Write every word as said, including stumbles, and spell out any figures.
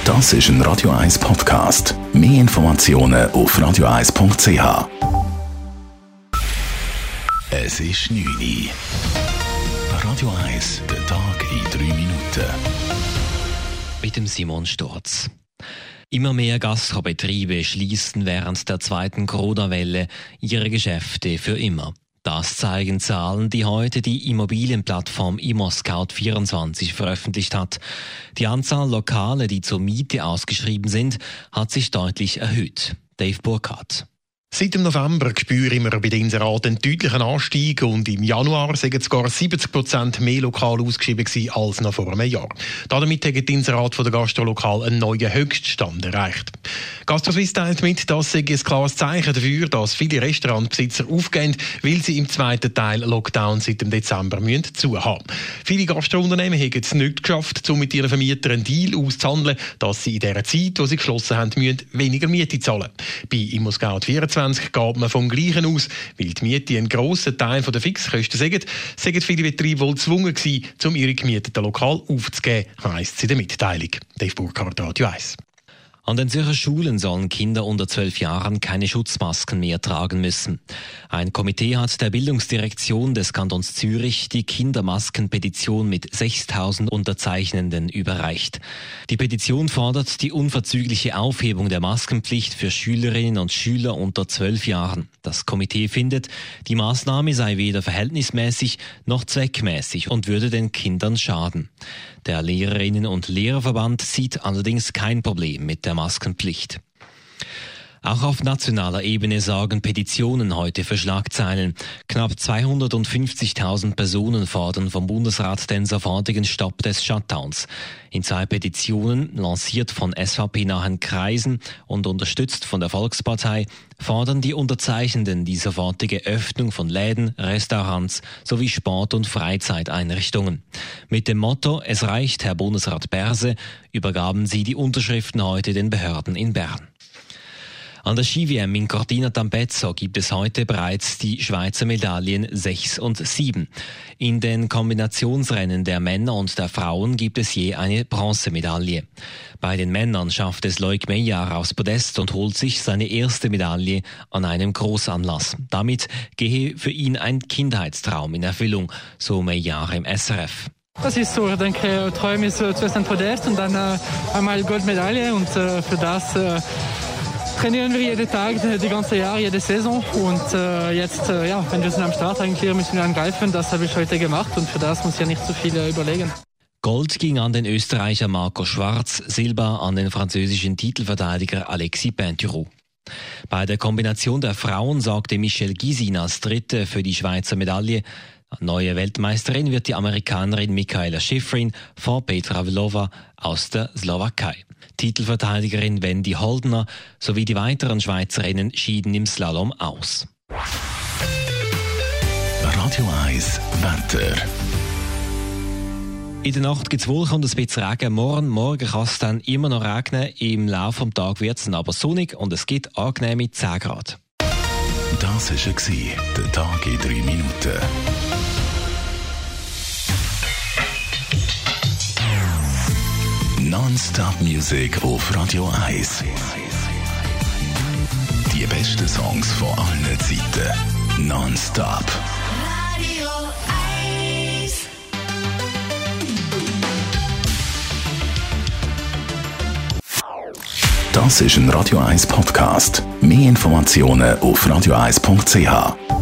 Das ist ein Radio eins Podcast. Mehr Informationen auf radio eins punkt c h. Es ist neun Uhr. Radio eins, der Tag in drei Minuten. Mit dem Simon Sturz. Immer mehr Gastrobetriebe schließen während der zweiten Corona-Welle ihre Geschäfte für immer. Das zeigen Zahlen, die heute die Immobilienplattform ImmoScout vierundzwanzig veröffentlicht hat. Die Anzahl Lokale, die zur Miete ausgeschrieben sind, hat sich deutlich erhöht. Dave Burkhardt. Seit dem November spüren wir bei den Inseraten einen deutlichen Anstieg und im Januar sind sogar siebzig Prozent mehr Lokale ausgeschrieben gewesen als noch vor einem Jahr. Damit haben die Inserate von der Gastrolokal einen neuen Höchststand erreicht. GastroSuisse teilt mit, das sei ein klares Zeichen dafür, dass viele Restaurantbesitzer aufgehen, weil sie im zweiten Teil Lockdown seit dem Dezember müssen zuhaben. Viele Gastrounternehmen haben es nicht geschafft, um mit ihren Vermietern einen Deal auszuhandeln, dass sie in der Zeit, wo sie geschlossen haben, müssen weniger Miete zahlen. Bei ImmoScout vierundzwanzig geht man vom Gleichen aus, weil die Miete einen grossen Teil der Fixkosten sagen, sind viele Betriebe wohl gezwungen gewesen, um ihre gemieteten Lokal aufzugeben, heisst es in der Mitteilung. Dave Burkhardt, Radio eins. An den Zürcher Schulen sollen Kinder unter zwölf Jahren keine Schutzmasken mehr tragen müssen. Ein Komitee hat der Bildungsdirektion des Kantons Zürich die Kindermaskenpetition mit sechstausend Unterzeichnenden überreicht. Die Petition fordert die unverzügliche Aufhebung der Maskenpflicht für Schülerinnen und Schüler unter zwölf Jahren. Das Komitee findet, die Maßnahme sei weder verhältnismäßig noch zweckmäßig und würde den Kindern schaden. Der Lehrerinnen- und Lehrerverband sieht allerdings kein Problem mit der Maskenpflicht. Auch auf nationaler Ebene sorgen Petitionen heute für Schlagzeilen. Knapp zweihundertfünfzigtausend Personen fordern vom Bundesrat den sofortigen Stopp des Shutdowns. In zwei Petitionen, lanciert von S V P-nahen Kreisen und unterstützt von der Volkspartei, fordern die Unterzeichnenden die sofortige Öffnung von Läden, Restaurants sowie Sport- und Freizeiteinrichtungen. Mit dem Motto „Es reicht, Herr Bundesrat Berse", übergaben sie die Unterschriften heute den Behörden in Bern. An der Ski-W M in Cortina d'Ampezzo gibt es heute bereits die Schweizer Medaillen sechs und sieben. In den Kombinationsrennen der Männer und der Frauen gibt es je eine Bronzemedaille. Bei den Männern schafft es Loic Meillard aufs Podest und holt sich seine erste Medaille an einem Großanlass. Damit gehe für ihn ein Kindheitstraum in Erfüllung, so Meillard im S R F. Das ist so, ich denke, Träume ist äh, zuerst ein Podest und dann äh, einmal Goldmedaille und äh, für das äh, trainieren wir jeden Tag, die ganze Jahr, jede Saison und äh, jetzt, äh, ja, wenn wir sind am Start eigentlich, müssen wir angreifen, das habe ich heute gemacht und für das muss ich ja nicht zu viel äh, überlegen. Gold ging an den Österreicher Marco Schwarz, Silber an den französischen Titelverteidiger Alexis Pinturault. Bei der Kombination der Frauen sorgte Michelle Gisin als Dritte für die Schweizer Medaille. Neue Weltmeisterin wird die Amerikanerin Mikaela Shiffrin vor Petra Vlhova aus der Slowakei. Titelverteidigerin Wendy Holdner sowie die weiteren Schweizerinnen schieden im Slalom aus. Radio eins Wetter. In der Nacht gibt es Wolken und ein bisschen Regen. Morgen, morgen kann es dann immer noch regnen. Im Laufe des Tages wird es dann aber sonnig und es gibt angenehme zehn Grad. Das war der Tag in drei Minuten. Non-Stop-Musik auf Radio eins. Die besten Songs von allen Zeiten. Non-Stop. Radio eins. Das ist ein Radio eins Podcast. Mehr Informationen auf radio eins punkt c h.